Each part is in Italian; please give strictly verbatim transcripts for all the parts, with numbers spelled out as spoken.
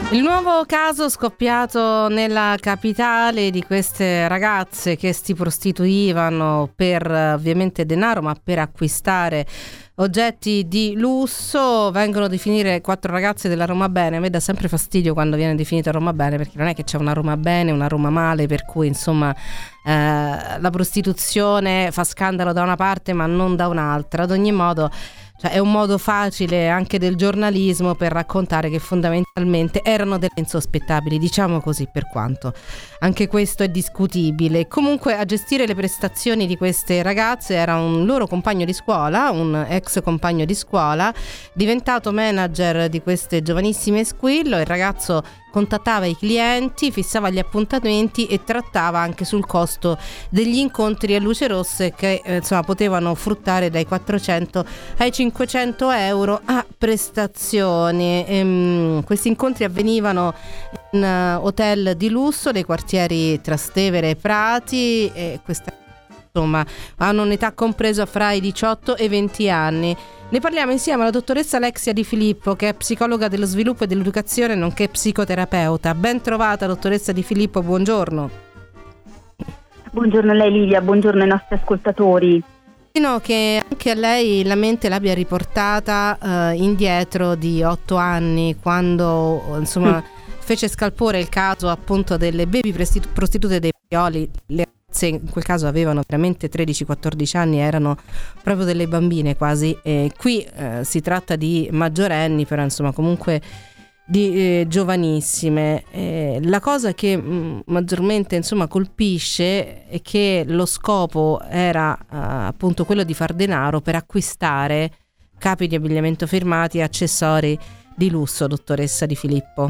Il nuovo caso scoppiato nella capitale di queste ragazze che si prostituivano per ovviamente denaro, ma per acquistare oggetti di lusso. Vengono definire quattro ragazze della Roma Bene. A me dà sempre fastidio quando viene definita Roma Bene, perché non è che c'è una Roma Bene e una Roma Male, per cui insomma eh, la prostituzione fa scandalo da una parte ma non da un'altra. Ad ogni modo, cioè, è un modo facile anche del giornalismo per raccontare che fondamentalmente erano delle insospettabili, diciamo così, per quanto anche questo è discutibile. Comunque a gestire le prestazioni di queste ragazze era un loro compagno di scuola, un ex compagno di scuola, diventato manager di queste giovanissime Squillo. Il ragazzo contattava i clienti, fissava gli appuntamenti e trattava anche sul costo degli incontri a luce rosse che eh, insomma potevano fruttare dai quattrocento ai cinquecento euro a prestazione. Ehm, questi incontri avvenivano in uh, hotel di lusso dei quartieri Trastevere e Prati, e questa insomma hanno un'età compresa fra i diciotto e i venti anni. Ne parliamo insieme alla dottoressa Alexia Di Filippo, che è psicologa dello sviluppo e dell'educazione nonché psicoterapeuta. Ben trovata, dottoressa Di Filippo, buongiorno. Buongiorno a lei Livia, buongiorno ai nostri ascoltatori. Che anche a lei la mente l'abbia riportata uh, indietro di otto anni, quando insomma mm. fece scalpore il caso appunto delle baby prestitu- prostitute dei Prioli. Le ragazze in quel caso avevano veramente tredici quattordici anni, erano proprio delle bambine quasi. E qui eh, si tratta di maggiorenni, però insomma comunque di eh, giovanissime. Eh, la cosa che mh, maggiormente insomma colpisce è che lo scopo era uh, appunto quello di far denaro per acquistare capi di abbigliamento firmati e accessori di lusso, dottoressa Di Filippo.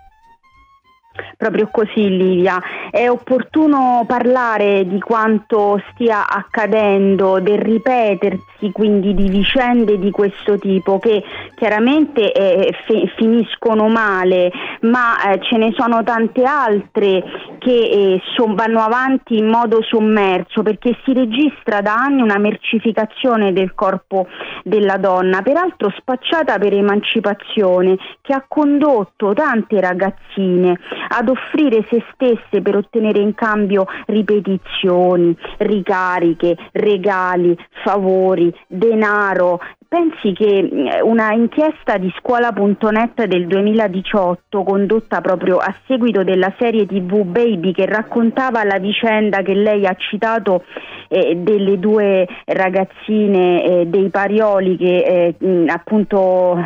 Proprio così, Livia. È opportuno parlare di quanto stia accadendo, del ripetersi quindi di vicende di questo tipo che chiaramente eh, fe- finiscono male, ma eh, ce ne sono tante altre che eh, son, vanno avanti in modo sommerso, perché si registra da anni una mercificazione del corpo della donna, peraltro spacciata per emancipazione, che ha condotto tante ragazzine ad offrire se stesse per ottenere in cambio ripetizioni, ricariche, regali, favori, denaro. Pensi che una inchiesta di scuola punto net del duemiladiciotto, condotta proprio a seguito della serie tivù Baby, che raccontava la vicenda che lei ha citato eh, delle due ragazzine eh, dei Parioli che eh, appunto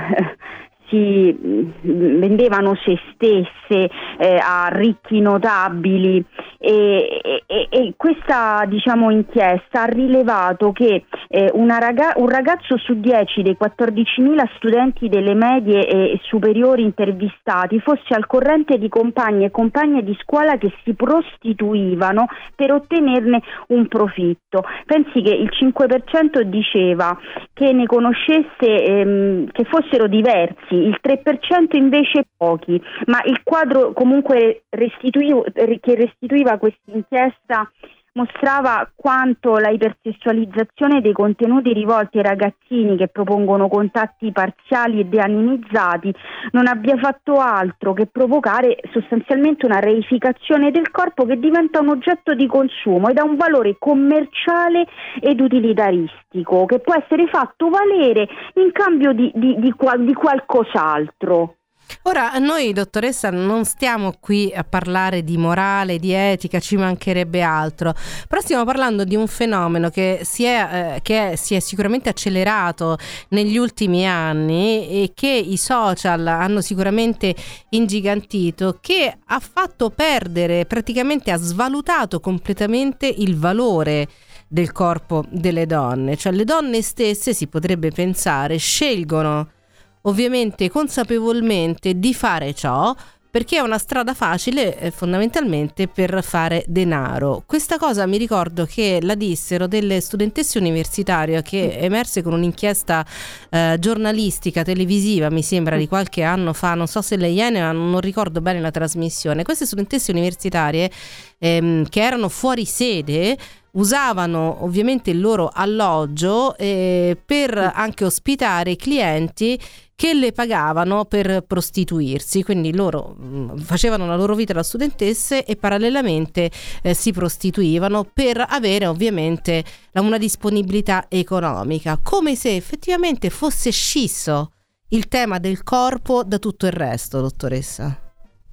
si vendevano se stesse eh, a ricchi notabili, e, e, e questa diciamo inchiesta ha rilevato che eh, una raga- un ragazzo su dieci dei quattordicimila studenti delle medie e superiori intervistati fosse al corrente di compagni e compagne di scuola che si prostituivano per ottenerne un profitto. Pensi che il cinque per cento diceva che ne conoscesse, ehm, che fossero diversi, il tre per cento invece pochi, ma il quadro comunque restituivo, che restituiva questa inchiesta mostrava quanto la ipersessualizzazione dei contenuti rivolti ai ragazzini che propongono contatti parziali e deanimizzati non abbia fatto altro che provocare sostanzialmente una reificazione del corpo che diventa un oggetto di consumo ed ha un valore commerciale ed utilitaristico che può essere fatto valere in cambio di, di, di, di qualcos'altro. Ora, noi dottoressa non stiamo qui a parlare di morale, di etica, ci mancherebbe altro, però stiamo parlando di un fenomeno che si è, eh, che è, si è sicuramente accelerato negli ultimi anni e che i social hanno sicuramente ingigantito, che ha fatto perdere, praticamente ha svalutato completamente il valore del corpo delle donne. Cioè le donne stesse, si potrebbe pensare, scelgono ovviamente consapevolmente di fare ciò perché è una strada facile eh, fondamentalmente per fare denaro. Questa cosa mi ricordo che la dissero delle studentesse universitarie, che emerse con un'inchiesta eh, giornalistica televisiva, mi sembra di qualche anno fa, non so se le Iene, ma non ricordo bene la trasmissione. Queste studentesse universitarie ehm, che erano fuori sede usavano ovviamente il loro alloggio eh, per anche ospitare clienti che le pagavano per prostituirsi, quindi loro mh, facevano la loro vita da studentesse e parallelamente eh, si prostituivano per avere ovviamente una disponibilità economica, come se effettivamente fosse scisso il tema del corpo da tutto il resto, dottoressa.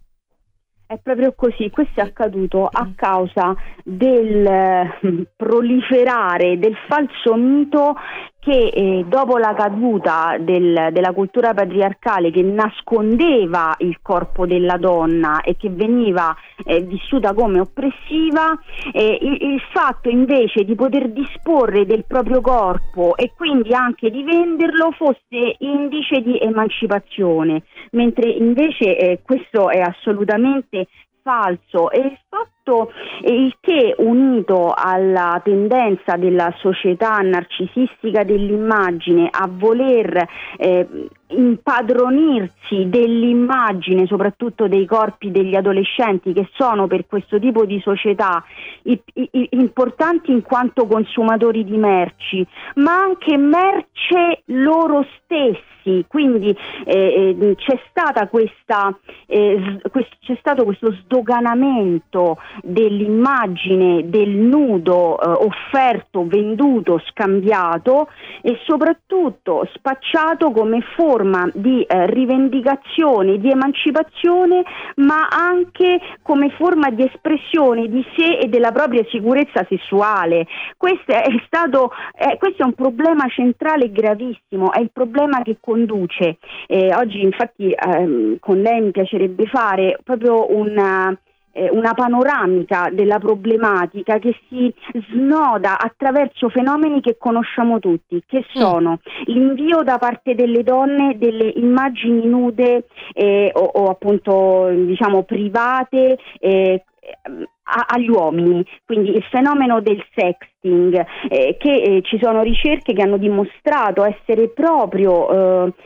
È proprio così, questo è accaduto a causa del eh, proliferare del falso mito che eh, dopo la caduta del, della cultura patriarcale che nascondeva il corpo della donna e che veniva eh, vissuta come oppressiva, eh, il, il fatto invece di poter disporre del proprio corpo e quindi anche di venderlo fosse indice di emancipazione, mentre invece eh, questo è assolutamente falso. E il fatto il che, unito alla tendenza della società narcisistica dell'immagine a voler eh, impadronirsi dell'immagine, soprattutto dei corpi degli adolescenti, che sono per questo tipo di società i, i, importanti in quanto consumatori di merci, ma anche merce loro stessi. Quindi eh, c'è stata questa eh, quest- c'è stato questo sdoganamento dell'immagine del nudo eh, offerto, venduto, scambiato e soprattutto spacciato come forma di eh, rivendicazione, di emancipazione, ma anche come forma di espressione di sé e della propria sicurezza sessuale. Questo è stato eh, questo è un problema centrale e gravissimo, è il problema che conduce. Eh, oggi infatti ehm, con lei mi piacerebbe fare proprio una una panoramica della problematica che si snoda attraverso fenomeni che conosciamo tutti, che sono mm. l'invio da parte delle donne delle immagini nude eh, o, o appunto diciamo private eh, a, agli uomini, quindi il fenomeno del sexting, eh, che eh, ci sono ricerche che hanno dimostrato essere proprio eh,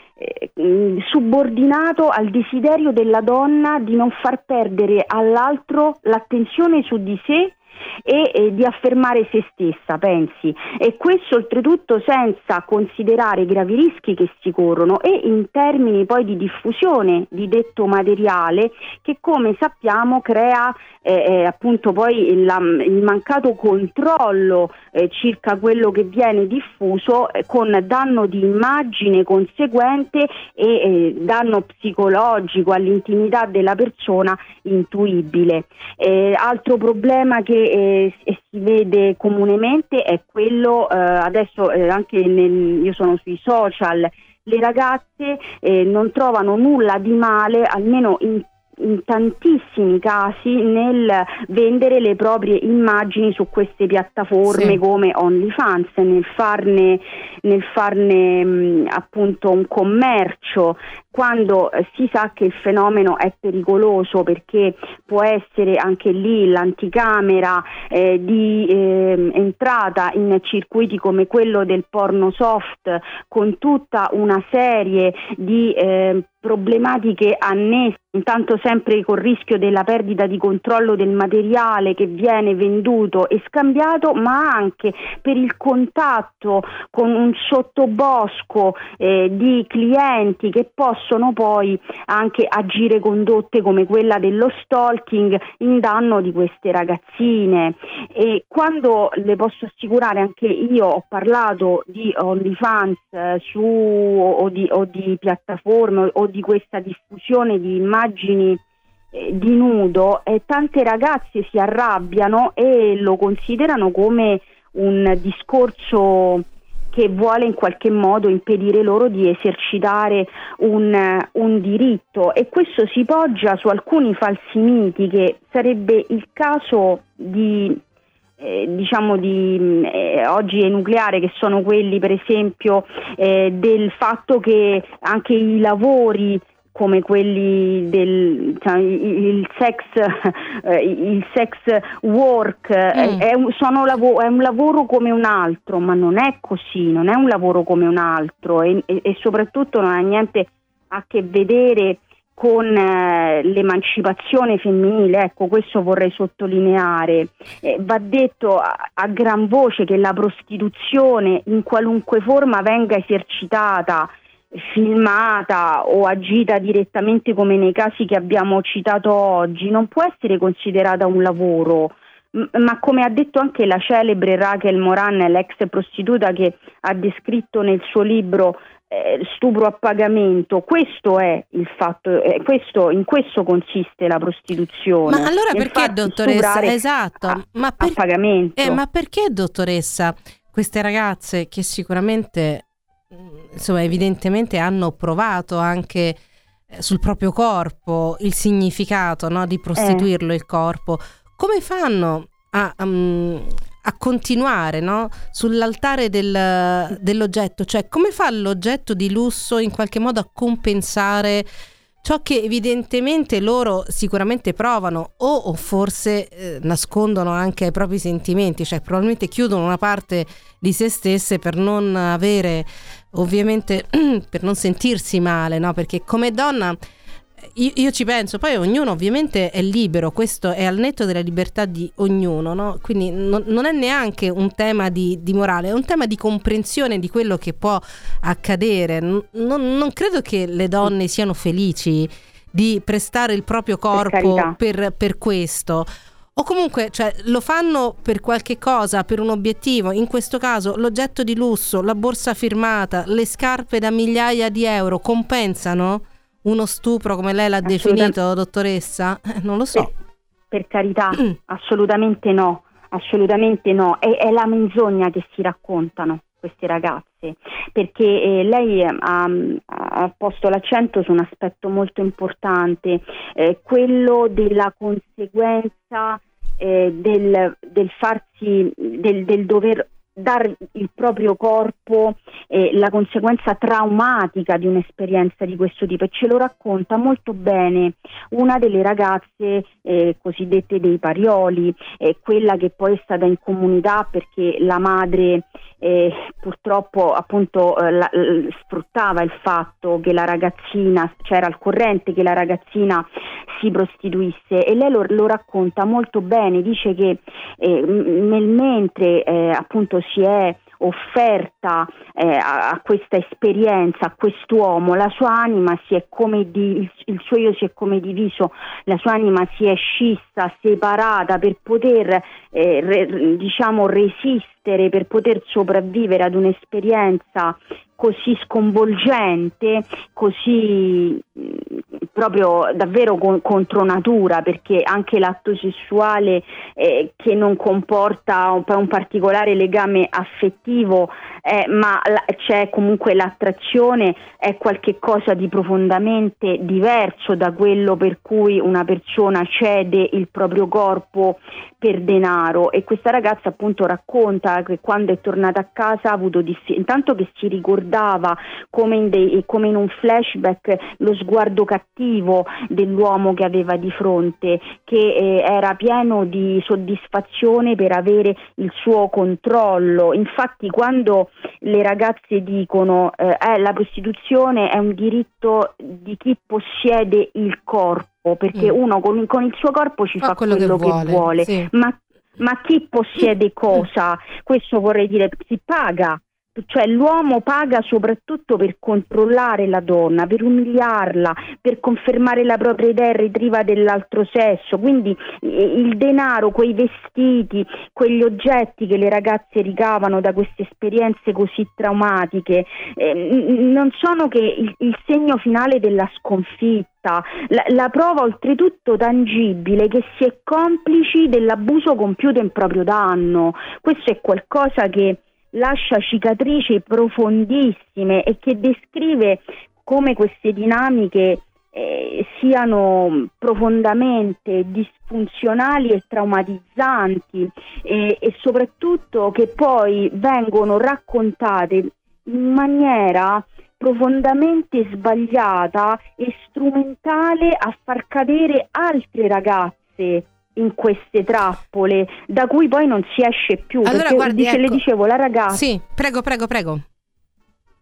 subordinato al desiderio della donna di non far perdere all'altro l'attenzione su di sé e eh, di affermare se stessa, pensi, e questo oltretutto senza considerare i gravi rischi che si corrono e in termini poi di diffusione di detto materiale che, come sappiamo, crea eh, eh, appunto poi il, il mancato controllo eh, circa quello che viene diffuso, eh, con danno di immagine conseguente e eh, danno psicologico all'intimità della persona intuibile. Eh, altro problema che eh, si vede comunemente è quello eh, adesso eh, anche nel, io sono sui social, le ragazze eh, non trovano nulla di male, almeno in in tantissimi casi, nel vendere le proprie immagini su queste piattaforme, sì, come OnlyFans, nel farne nel farne mh, appunto un commercio, quando eh, si sa che il fenomeno è pericoloso, perché può essere anche lì l'anticamera eh, di eh, entrata in circuiti come quello del porno soft, con tutta una serie di eh, problematiche annesse, intanto sempre col rischio della perdita di controllo del materiale che viene venduto e scambiato, ma anche per il contatto con un sottobosco eh, di clienti che possono poi anche agire condotte come quella dello stalking in danno di queste ragazzine. E quando, le posso assicurare, anche io ho parlato di OnlyFans eh, su o di, o di piattaforme o di questa diffusione di immagini eh, di nudo, e tante ragazze si arrabbiano e lo considerano come un discorso che vuole in qualche modo impedire loro di esercitare un, un diritto, e questo si poggia su alcuni falsi miti che sarebbe il caso di Eh, diciamo di eh, oggi enucleare, che sono quelli per esempio eh, del fatto che anche i lavori come quelli del cioè, il sex eh, il sex work mm. è, un, sono lav- è un lavoro come un altro, ma non è così, non è un lavoro come un altro, e, e, e soprattutto non ha niente a che vedere con eh, l'emancipazione femminile, ecco, questo vorrei sottolineare. Eh, va detto a, a gran voce che la prostituzione in qualunque forma venga esercitata, filmata o agita direttamente come nei casi che abbiamo citato oggi, non può essere considerata un lavoro, ma come ha detto anche la celebre Raquel Moran, l'ex prostituta che ha descritto nel suo libro eh, Stupro a pagamento, questo è il fatto, eh, questo, in questo consiste la prostituzione. Ma allora perché, infatti, dottoressa, esatto, a, ma, per, a pagamento. Eh, ma perché, dottoressa, queste ragazze che sicuramente, insomma, evidentemente hanno provato anche sul proprio corpo il significato, no, di prostituirlo, eh. il corpo, come fanno a, um, a continuare, no, sull'altare del, dell'oggetto? Cioè, come fa l'oggetto di lusso in qualche modo a compensare ciò che evidentemente loro sicuramente provano o, o forse eh, nascondono anche ai propri sentimenti, cioè probabilmente chiudono una parte di se stesse per non avere, ovviamente, per non sentirsi male, no? Perché come donna io, io ci penso, poi ognuno ovviamente è libero, questo è al netto della libertà di ognuno, no? Quindi non, non è neanche un tema di, di morale, è un tema di comprensione di quello che può accadere. Non, non credo che le donne siano felici di prestare il proprio corpo per, per, per questo, o comunque, cioè, lo fanno per qualche cosa, per un obiettivo. In questo caso l'oggetto di lusso, la borsa firmata, le scarpe da migliaia di euro compensano uno stupro come lei l'ha definito, dottoressa? Eh, non lo so. Per, per carità, assolutamente no, assolutamente no. È, è la menzogna che si raccontano queste ragazze, perché eh, lei ha, ha posto l'accento su un aspetto molto importante, eh, quello della conseguenza eh, del, del farsi, del, del dover dare il proprio corpo, eh, la conseguenza traumatica di un'esperienza di questo tipo, e ce lo racconta molto bene una delle ragazze eh, cosiddette dei Parioli, eh, quella che poi è stata in comunità perché la madre eh, purtroppo appunto eh, la, l, sfruttava il fatto che la ragazzina, c'era al corrente che la ragazzina si prostituisse, e lei lo, lo racconta molto bene. Dice che eh, nel mentre eh, appunto si è offerta eh, a, a questa esperienza, a quest'uomo, la sua anima si è come di, il, il suo io si è come diviso, la sua anima si è scissa, separata per poter eh, re, diciamo resistere, per poter sopravvivere ad un'esperienza così sconvolgente, così proprio davvero con, contro natura, perché anche l'atto sessuale eh, che non comporta un, un particolare legame affettivo, eh, ma la, c'è comunque l'attrazione, è qualche cosa di profondamente diverso da quello per cui una persona cede il proprio corpo per denaro. E questa ragazza appunto racconta che quando è tornata a casa ha avuto difficoltà, intanto che si ricordava come in, dei, come in un flashback lo sguardo cattivo dell'uomo che aveva di fronte, che eh, era pieno di soddisfazione per avere il suo controllo. Infatti quando le ragazze dicono eh, eh, la prostituzione è un diritto di chi possiede il corpo, perché mm. uno con, con il suo corpo ci fa, fa quello, quello che vuole, che vuole. Sì. ma ma chi possiede cosa? Questo vorrei dire, si paga. Cioè l'uomo paga soprattutto per controllare la donna, per umiliarla, per confermare la propria idea retriva dell'altro sesso. Quindi il denaro, quei vestiti, quegli oggetti che le ragazze ricavano da queste esperienze così traumatiche eh, non sono che il, il segno finale della sconfitta, la, la prova oltretutto tangibile che si è complici dell'abuso compiuto in proprio danno. Questo è qualcosa che lascia cicatrici profondissime e che descrive come queste dinamiche eh, siano profondamente disfunzionali e traumatizzanti, e, e soprattutto che poi vengono raccontate in maniera profondamente sbagliata e strumentale a far cadere altre ragazze in queste trappole da cui poi non si esce più. Allora, perché guardi, dice, ecco, le dicevo, la ragazza sì, prego prego prego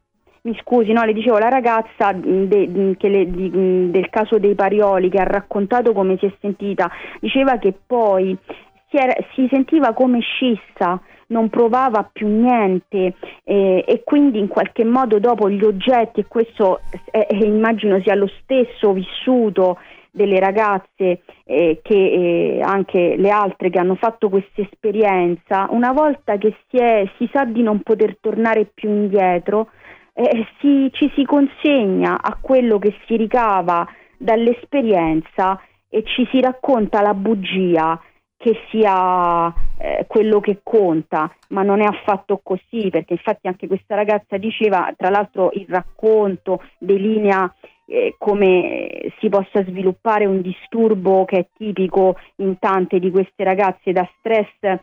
Mi scusi, no, le dicevo, la ragazza de, che le, di, del caso dei Parioli, che ha raccontato come si è sentita, diceva che poi si, era, si sentiva come scissa, non provava più niente, eh, e quindi in qualche modo dopo gli oggetti, e questo eh, immagino sia lo stesso vissuto delle ragazze eh, che eh, anche le altre che hanno fatto questa esperienza, una volta che si, è, si sa di non poter tornare più indietro, eh, si, ci si consegna a quello che si ricava dall'esperienza e ci si racconta la bugia che sia eh, quello che conta, ma non è affatto così, perché infatti anche questa ragazza diceva, tra l'altro il racconto delinea eh, come si possa sviluppare un disturbo che è tipico in tante di queste ragazze da stress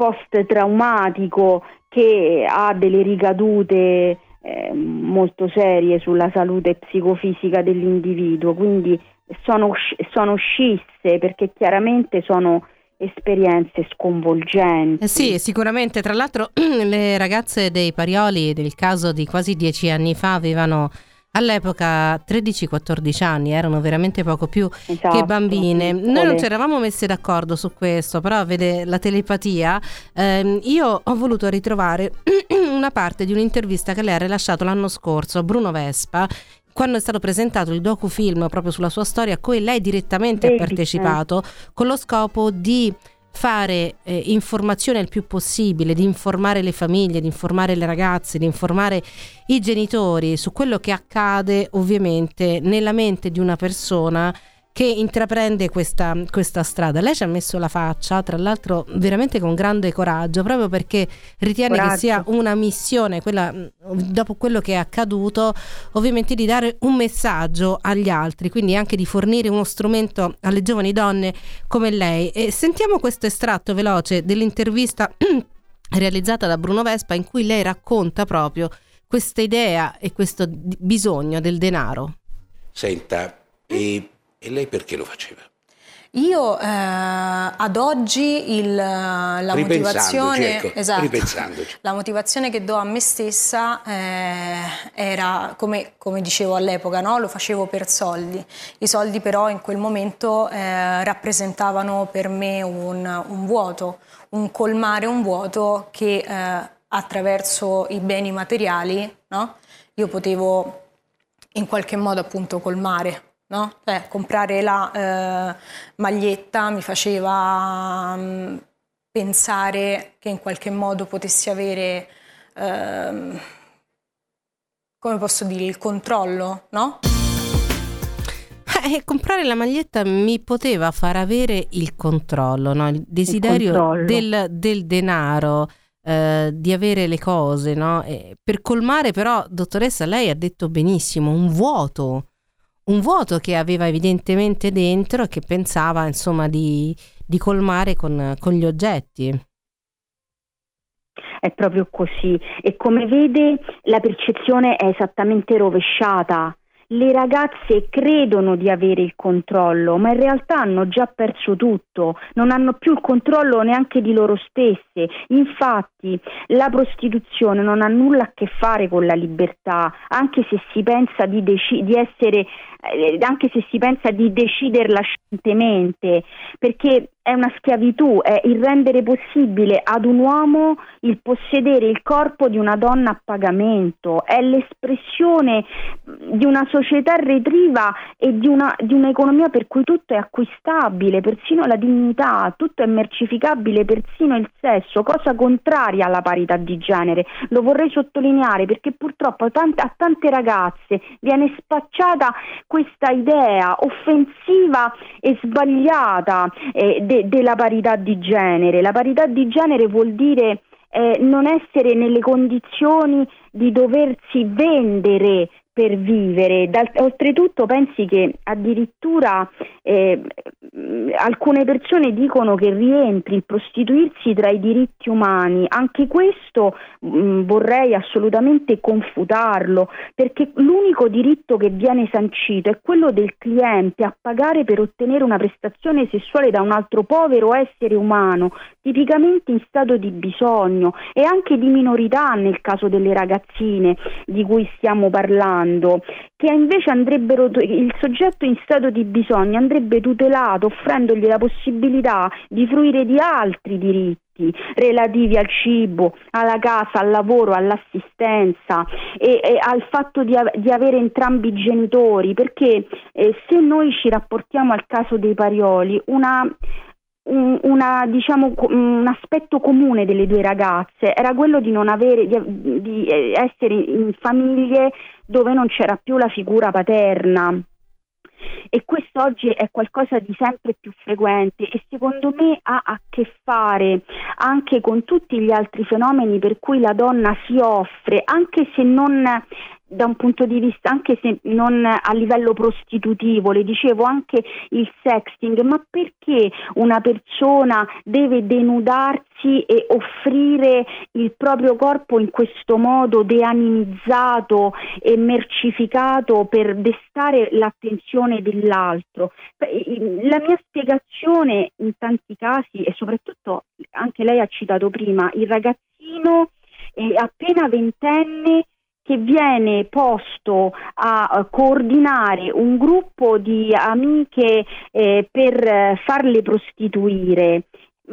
post-traumatico, che ha delle ricadute eh, molto serie sulla salute psicofisica dell'individuo, quindi sono, sono scisse perché chiaramente sono esperienze sconvolgenti. Eh sì, sicuramente. Tra l'altro le ragazze dei Parioli del caso di quasi dieci anni fa avevano all'epoca tredici quattordici anni, erano veramente poco più esatto, che bambine. piccole. Noi non ci eravamo messi d'accordo su questo, però vede la telepatia, ehm, io ho voluto ritrovare una parte di un'intervista che lei ha rilasciato l'anno scorso a Bruno Vespa, quando è stato presentato il docufilm proprio sulla sua storia, a cui lei direttamente ha partecipato, con lo scopo di fare eh, informazione il più possibile, di informare le famiglie, di informare le ragazze, di informare i genitori su quello che accade ovviamente nella mente di una persona che intraprende questa, questa strada. Lei ci ha messo la faccia, tra l'altro veramente con grande coraggio, proprio perché ritiene coraggio. Che sia una missione, quella, dopo quello che è accaduto, ovviamente di dare un messaggio agli altri, quindi anche di fornire uno strumento alle giovani donne come lei. E sentiamo questo estratto veloce dell'intervista realizzata da Bruno Vespa, in cui lei racconta proprio questa idea e questo bisogno del denaro. Senta, e E lei perché lo faceva? Io eh, ad oggi il, la motivazione, ecco, esatto, la motivazione che do a me stessa eh, era, come, come dicevo all'epoca, no? Lo facevo per soldi. I soldi però in quel momento eh, rappresentavano per me un, un vuoto, un colmare un vuoto che eh, attraverso i beni materiali, no? Io potevo in qualche modo appunto colmare. No? Beh, comprare la eh, maglietta mi faceva um, pensare che in qualche modo potessi avere, um, come posso dire, il controllo, no? Eh, comprare la maglietta mi poteva far avere il controllo, no? Il desiderio il controllo. Del, del denaro, eh, di avere le cose, no? E per colmare però, dottoressa, lei ha detto benissimo, un vuoto. Un vuoto che aveva evidentemente dentro e che pensava insomma di, di colmare con, con gli oggetti. È proprio così, e come vede la percezione è esattamente rovesciata. Le ragazze credono di avere il controllo, ma in realtà hanno già perso tutto, non hanno più il controllo neanche di loro stesse. Infatti la prostituzione non ha nulla a che fare con la libertà, anche se si pensa di, dec- di essere, eh, anche se si pensa di deciderla scientemente, perché è una schiavitù, è il rendere possibile ad un uomo il possedere il corpo di una donna a pagamento, è l'espressione di una società retriva e di, una, di un'economia per cui tutto è acquistabile, persino la dignità, tutto è mercificabile, persino il sesso, cosa contraria alla parità di genere. Lo vorrei sottolineare perché purtroppo a tante, a tante ragazze viene spacciata questa idea offensiva e sbagliata eh, de, della parità di genere. La parità di genere vuol dire eh, non essere nelle condizioni di doversi vendere per vivere. Dal, oltretutto pensi che addirittura eh, alcune persone dicono che rientri il prostituirsi tra i diritti umani. Anche questo mh, vorrei assolutamente confutarlo, perché l'unico diritto che viene sancito è quello del cliente a pagare per ottenere una prestazione sessuale da un altro povero essere umano, tipicamente in stato di bisogno, e anche di minorità nel caso delle ragazzine di cui stiamo parlando, che invece andrebbero, il soggetto in stato di bisogno andrebbe tutelato offrendogli la possibilità di fruire di altri diritti relativi al cibo, alla casa, al lavoro, all'assistenza e, e al fatto di, di avere entrambi i genitori, perché eh, se noi ci rapportiamo al caso dei Parioli, una Un, una, diciamo, un aspetto comune delle due ragazze era quello di non avere, di, di essere in famiglie dove non c'era più la figura paterna, e questo oggi è qualcosa di sempre più frequente e secondo me ha a che fare anche con tutti gli altri fenomeni per cui la donna si offre, anche se non da un punto di vista, anche se non a livello prostitutivo, le dicevo anche il sexting, ma perché una persona deve denudarsi e offrire il proprio corpo in questo modo deanimizzato e mercificato per destare l'attenzione dell'altro? La mia spiegazione in tanti casi, e soprattutto anche lei ha citato prima, il ragazzino è appena ventenne che viene posto a uh, coordinare un gruppo di amiche eh, per farle prostituire.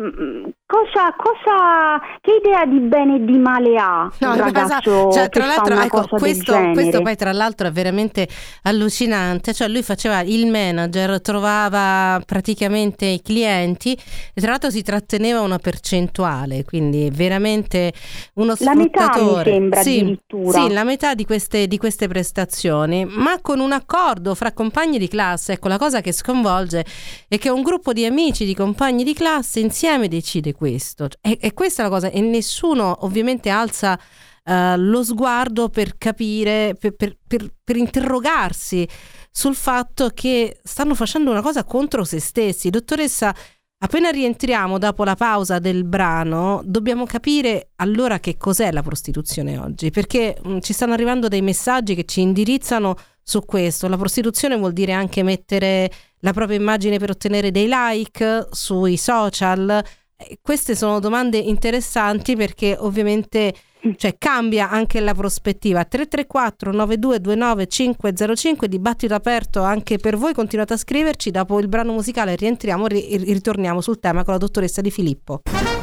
Cosa, cosa, che idea di bene e di male ha no, un ragazzo cioè, che tra fa l'altro, una ecco, cosa questo, del genere? questo poi tra l'altro è veramente allucinante, cioè lui faceva il manager, trovava praticamente i clienti e tra l'altro si tratteneva una percentuale, quindi veramente uno sfruttatore. La metà mi sembra, sì, addirittura. Sì, la metà di queste, di queste prestazioni, ma con un accordo fra compagni di classe. Ecco, la cosa che sconvolge è che un gruppo di amici, di compagni di classe insieme decide questo, e, e questa è la cosa, e nessuno ovviamente alza uh, lo sguardo per capire, per, per, per, per interrogarsi sul fatto che stanno facendo una cosa contro se stessi. Dottoressa, appena rientriamo dopo la pausa del brano dobbiamo capire allora che cos'è la prostituzione oggi, perché mh, ci stanno arrivando dei messaggi che ci indirizzano su questo. La prostituzione vuol dire anche mettere la propria immagine per ottenere dei like sui social. Queste sono domande interessanti perché ovviamente cioè, cambia anche la prospettiva. Tre tre quattro nove due due nove cinque zero cinque, dibattito aperto anche per voi, continuate a scriverci. Dopo il brano musicale rientriamo e ritorniamo sul tema con la dottoressa Di Filippo.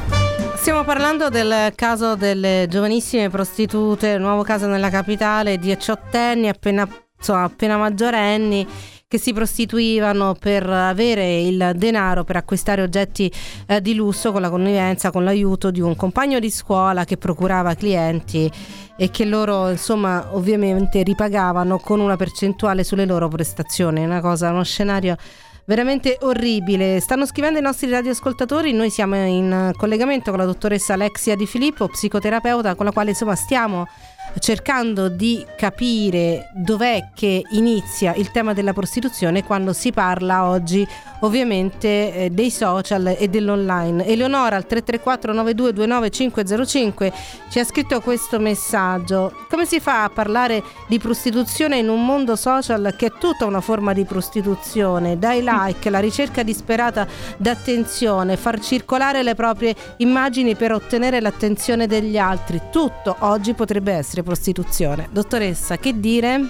Stiamo parlando del caso delle giovanissime prostitute, nuovo caso nella capitale, diciottenni appena, insomma, appena maggiorenni, che si prostituivano per avere il denaro per acquistare oggetti eh, di lusso con la connivenza, con l'aiuto di un compagno di scuola che procurava clienti e che loro insomma ovviamente ripagavano con una percentuale sulle loro prestazioni. Una cosa, uno scenario veramente orribile. Stanno scrivendo i nostri radioascoltatori, noi siamo in collegamento con la dottoressa Alexia Di Filippo, psicoterapeuta, con la quale insomma stiamo cercando di capire dov'è che inizia il tema della prostituzione quando si parla oggi ovviamente eh, dei social e dell'online. Eleonora al tre tre quattro nove due due nove cinque zero cinque ci ha scritto questo messaggio: come si fa a parlare di prostituzione in un mondo social che è tutta una forma di prostituzione? Dai like, la ricerca disperata d'attenzione, far circolare le proprie immagini per ottenere l'attenzione degli altri, tutto oggi potrebbe essere prostituzione. Dottoressa, che dire?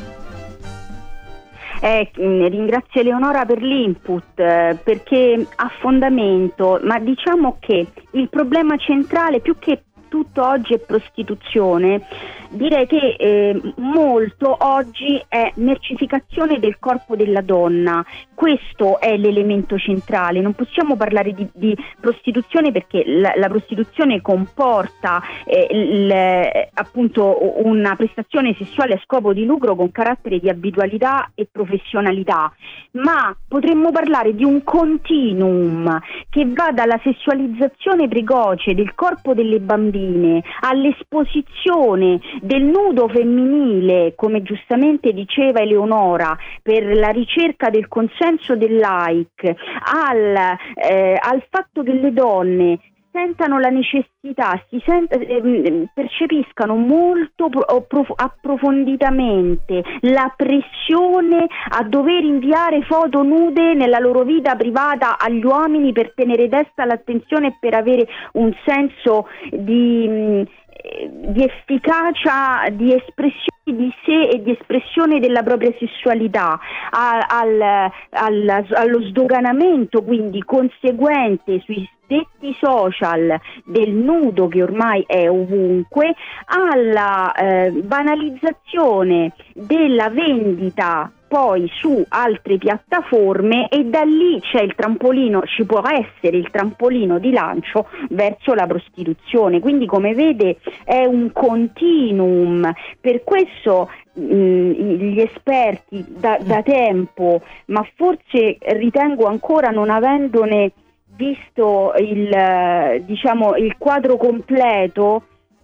Eh, ringrazio Eleonora per l'input eh, perché ha fondamento, ma diciamo che il problema centrale più che tutto oggi è prostituzione. Direi che eh, molto oggi è mercificazione del corpo della donna. Questo è l'elemento centrale. Non possiamo parlare di, di prostituzione perché la, la prostituzione comporta eh, il, appunto una prestazione sessuale a scopo di lucro con carattere di abitualità e professionalità, ma potremmo parlare di un continuum che va dalla sessualizzazione precoce del corpo delle bambine all'esposizione del nudo femminile, come giustamente diceva Eleonora, per la ricerca del consenso senso del like, al, eh, al fatto che le donne sentano la necessità, si sent- eh, percepiscano molto pro- prof- approfonditamente la pressione a dover inviare foto nude nella loro vita privata agli uomini per tenere desta l'attenzione e per avere un senso di, mh, di efficacia, di espressione di sé e di espressione della propria sessualità, a, al, al, allo sdoganamento quindi conseguente sui detti social del nudo che ormai è ovunque, alla eh, banalizzazione della vendita poi su altre piattaforme, e da lì c'è il trampolino, ci può essere il trampolino di lancio verso la prostituzione. Quindi, come vede, è un continuum. Per questo mh, gli esperti da, da tempo, ma forse ritengo ancora non avendone visto il, diciamo, il quadro completo,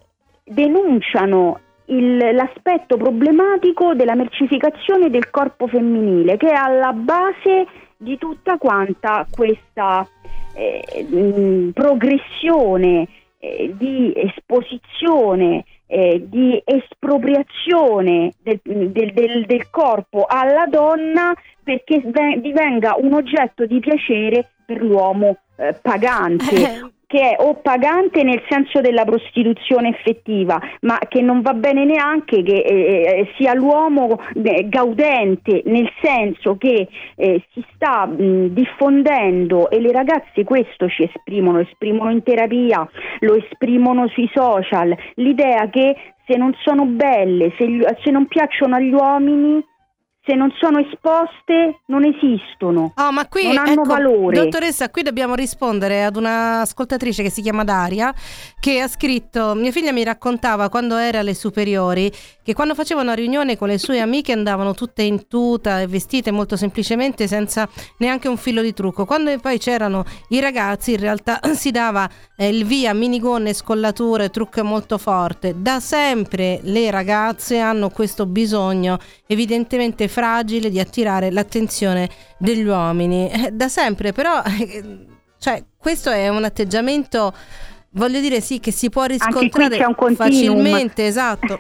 denunciano il, l'aspetto problematico della mercificazione del corpo femminile, che è alla base di tutta quanta questa eh, mh, progressione eh, di esposizione, eh, di espropriazione del, del, del, del corpo alla donna, perché divenga un oggetto di piacere per l'uomo eh, pagante, che è o pagante nel senso della prostituzione effettiva, ma che non va bene neanche che eh, sia l'uomo eh, gaudente, nel senso che eh, si sta mh, diffondendo, e le ragazze questo ci esprimono, esprimono in terapia, lo esprimono sui social, l'idea che se non sono belle, se, gli, se non piacciono agli uomini, se non sono esposte, non esistono, oh, ma qui, non hanno ecco, valore. Dottoressa, qui dobbiamo rispondere ad un'ascoltatrice che si chiama Daria, che ha scritto: mia figlia mi raccontava quando era alle superiori che quando faceva una riunione con le sue amiche andavano tutte in tuta e vestite molto semplicemente, senza neanche un filo di trucco. Quando poi c'erano i ragazzi, in realtà si dava eh, il via minigonne, scollature, trucco molto forte. Da sempre le ragazze hanno questo bisogno evidentemente fragile di attirare l'attenzione degli uomini, eh, da sempre. Però eh, cioè questo è un atteggiamento, voglio dire, sì, che si può riscontrare facilmente. Esatto.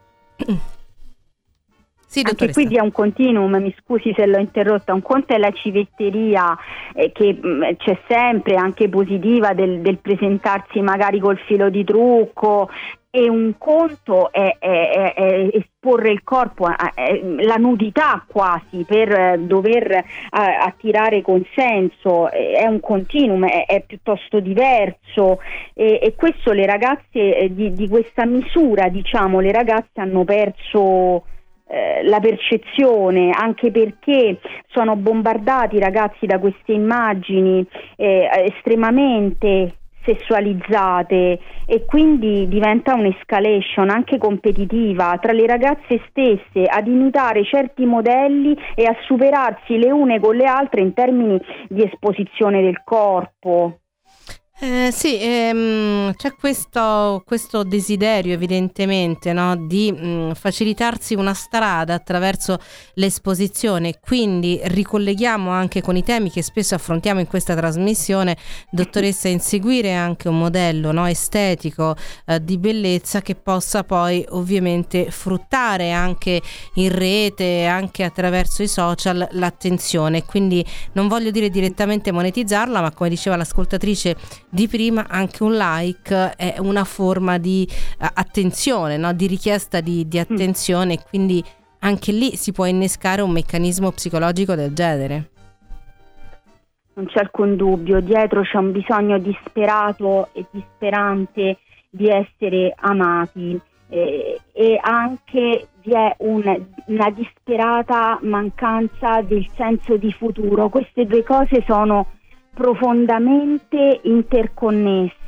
Sì, anche qui vi è un continuum, mi scusi se l'ho interrotta. Un conto è la civetteria eh, che mh, c'è sempre, anche positiva, del, del presentarsi magari col filo di trucco, e un conto è, è, è esporre il corpo, è la nudità quasi, per eh, dover eh, attirare consenso. È un continuum, è, è piuttosto diverso, e, e questo le ragazze eh, di, di questa misura, diciamo, le ragazze hanno perso eh, la percezione, anche perché sono bombardati i ragazzi da queste immagini eh, estremamente sessualizzate, e quindi diventa un'escalation anche competitiva tra le ragazze stesse ad imitare certi modelli e a superarsi le une con le altre in termini di esposizione del corpo. Eh, sì, ehm, c'è questo, questo desiderio evidentemente, no, di mh, facilitarsi una strada attraverso l'esposizione. Quindi ricolleghiamo anche con i temi che spesso affrontiamo in questa trasmissione, dottoressa, inseguire anche un modello, no, estetico eh, di bellezza, che possa poi ovviamente fruttare anche in rete, anche attraverso i social, l'attenzione. Quindi non voglio dire direttamente monetizzarla, ma come diceva l'ascoltatrice di prima, anche un like è una forma di uh, attenzione, no? Di richiesta di, di attenzione, mm. Quindi anche lì si può innescare un meccanismo psicologico del genere. Non c'è alcun dubbio, dietro c'è un bisogno disperato e disperante di essere amati, eh, e anche vi è un, una disperata mancanza del senso di futuro. Queste due cose sono profondamente interconnesse,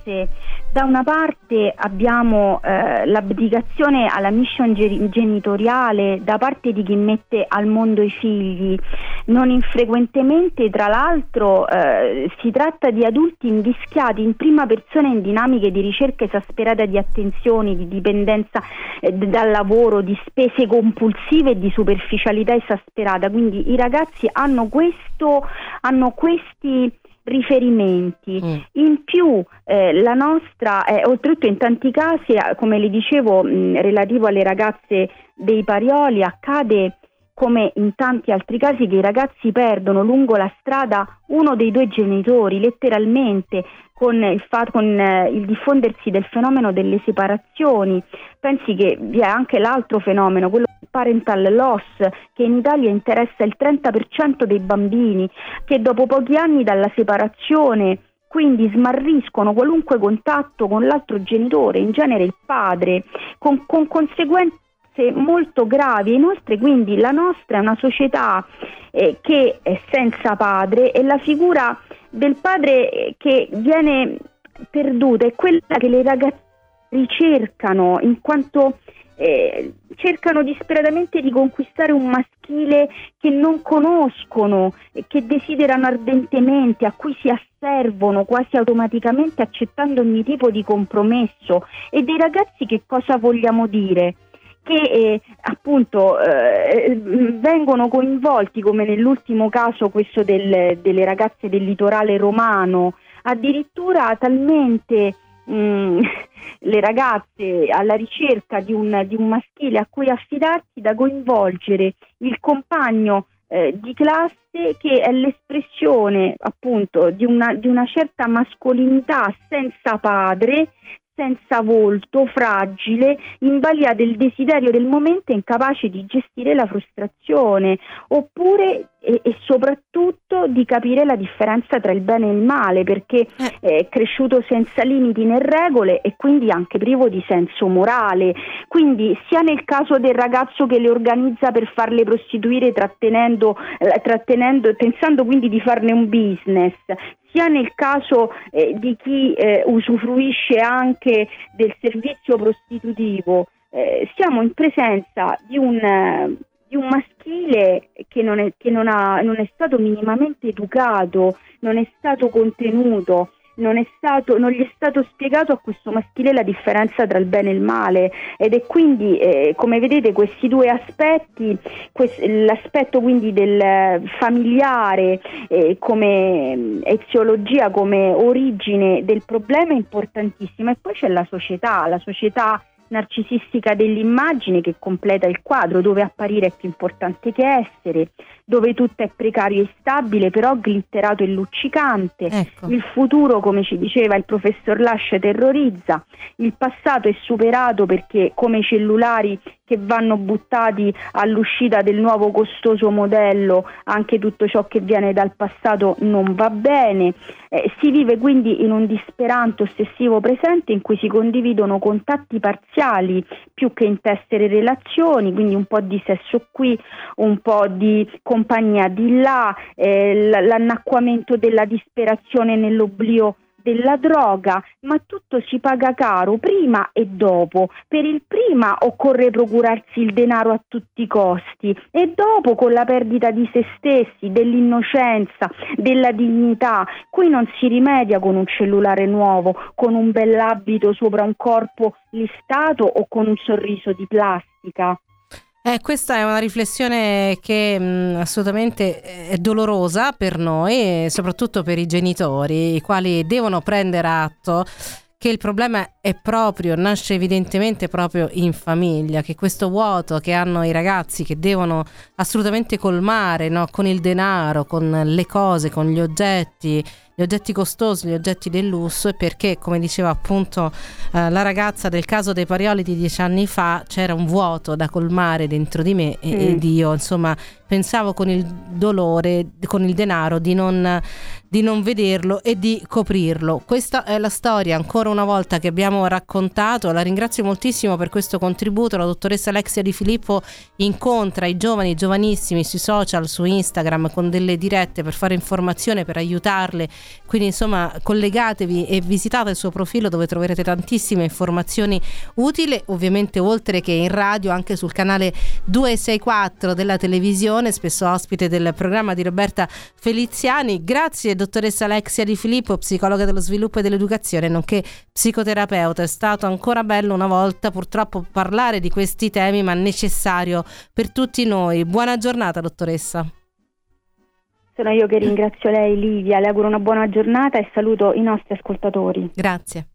ragazze, da una parte abbiamo eh, l'abdicazione alla mission ge- genitoriale da parte di chi mette al mondo i figli. Non infrequentemente, tra l'altro, eh, si tratta di adulti invischiati in prima persona in dinamiche di ricerca esasperata di attenzioni, di dipendenza eh, dal lavoro, di spese compulsive e di superficialità esasperata. Quindi i ragazzi hanno questo, hanno questi riferimenti. Mm. In più eh, la nostra, eh, oltretutto in tanti casi, come le dicevo, mh, relativo alle ragazze dei Parioli, accade come in tanti altri casi che i ragazzi perdono lungo la strada uno dei due genitori, letteralmente, con il, fa- con, eh, il diffondersi del fenomeno delle separazioni. Pensi che vi è anche l'altro fenomeno, quello del parental loss, che in Italia interessa il trenta per cento dei bambini, che dopo pochi anni dalla separazione quindi smarriscono qualunque contatto con l'altro genitore, in genere il padre, con, con conseguenze molto gravi. Inoltre, quindi, la nostra è una società eh, che è senza padre, e la figura del padre che viene perduta è quella che le ragazze ricercano, in quanto eh, cercano disperatamente di conquistare un maschile che non conoscono, che desiderano ardentemente, a cui si asservono quasi automaticamente accettando ogni tipo di compromesso. E dei ragazzi che cosa vogliamo dire? Che eh, appunto eh, vengono coinvolti, come nell'ultimo caso questo del, delle ragazze del litorale romano, addirittura talmente mh, le ragazze alla ricerca di un, di un maschile a cui affidarsi, da coinvolgere il compagno eh, di classe, che è l'espressione appunto di una, di una certa mascolinità senza padre, senza volto, fragile, in balia del desiderio del momento, incapace di gestire la frustrazione, oppure e, e soprattutto di capire la differenza tra il bene e il male, perché è cresciuto senza limiti né regole e quindi anche privo di senso morale. Quindi sia nel caso del ragazzo che le organizza per farle prostituire, trattenendo, eh, trattenendo pensando quindi di farne un business, sia nel caso eh, di chi eh, usufruisce anche del servizio prostitutivo, eh, siamo in presenza di un, eh, di un maschile che, non è, che non, ha, non è stato minimamente educato, non è stato contenuto, non è stato, non gli è stato spiegato a questo maschile la differenza tra il bene e il male, ed è quindi eh, come vedete questi due aspetti, quest- l'aspetto quindi del familiare eh, come eziologia, come origine del problema è importantissimo, e poi c'è la società, la società narcisistica dell'immagine che completa il quadro, dove apparire è più importante che essere, dove tutto è precario e stabile però glitterato e luccicante. Ecco. Il futuro, come ci diceva il professor Lasch, terrorizza, il passato è superato perché, come i cellulari che vanno buttati all'uscita del nuovo costoso modello, anche tutto ciò che viene dal passato non va bene. Eh, si vive quindi in un disperante ossessivo presente in cui si condividono contatti parziali più che intessere relazioni, quindi un po' di sesso qui, un po' di compagnia di là, eh, l'annacquamento della disperazione nell'oblio della droga, ma tutto si paga caro prima e dopo. Per il prima occorre procurarsi il denaro a tutti i costi, e dopo con la perdita di se stessi, dell'innocenza, della dignità. Qui non si rimedia con un cellulare nuovo, con un bell'abito sopra un corpo listato o con un sorriso di plastica. Eh, questa è una riflessione che mh, assolutamente è dolorosa per noi, e soprattutto per i genitori, i quali devono prendere atto che il problema è proprio, nasce evidentemente proprio in famiglia, che questo vuoto che hanno i ragazzi, che devono assolutamente colmare, no? Con il denaro, con le cose, con gli oggetti, gli oggetti costosi, gli oggetti del lusso, e perché, come diceva appunto eh, la ragazza del caso dei Parioli di dieci anni fa, c'era un vuoto da colmare dentro di me, e, mm. ed io insomma pensavo con il dolore, con il denaro, di non, di non vederlo e di coprirlo. Questa è la storia ancora una volta che abbiamo raccontato. La ringrazio moltissimo per questo contributo. La dottoressa Alexia Di Filippo incontra i giovani, i giovanissimi sui social, su Instagram, con delle dirette per fare informazione, per aiutarle. Quindi insomma collegatevi e visitate il suo profilo, dove troverete tantissime informazioni utili, ovviamente oltre che in radio anche sul canale duecentosessantaquattro della televisione, spesso ospite del programma di Roberta Feliziani. Grazie dottoressa Alexia Di Filippo, psicologa dello sviluppo e dell'educazione nonché psicoterapeuta. È stato ancora bello una volta purtroppo parlare di questi temi, ma necessario per tutti noi. Buona giornata dottoressa. Sono io che ringrazio lei, Livia, le auguro una buona giornata e saluto i nostri ascoltatori. Grazie.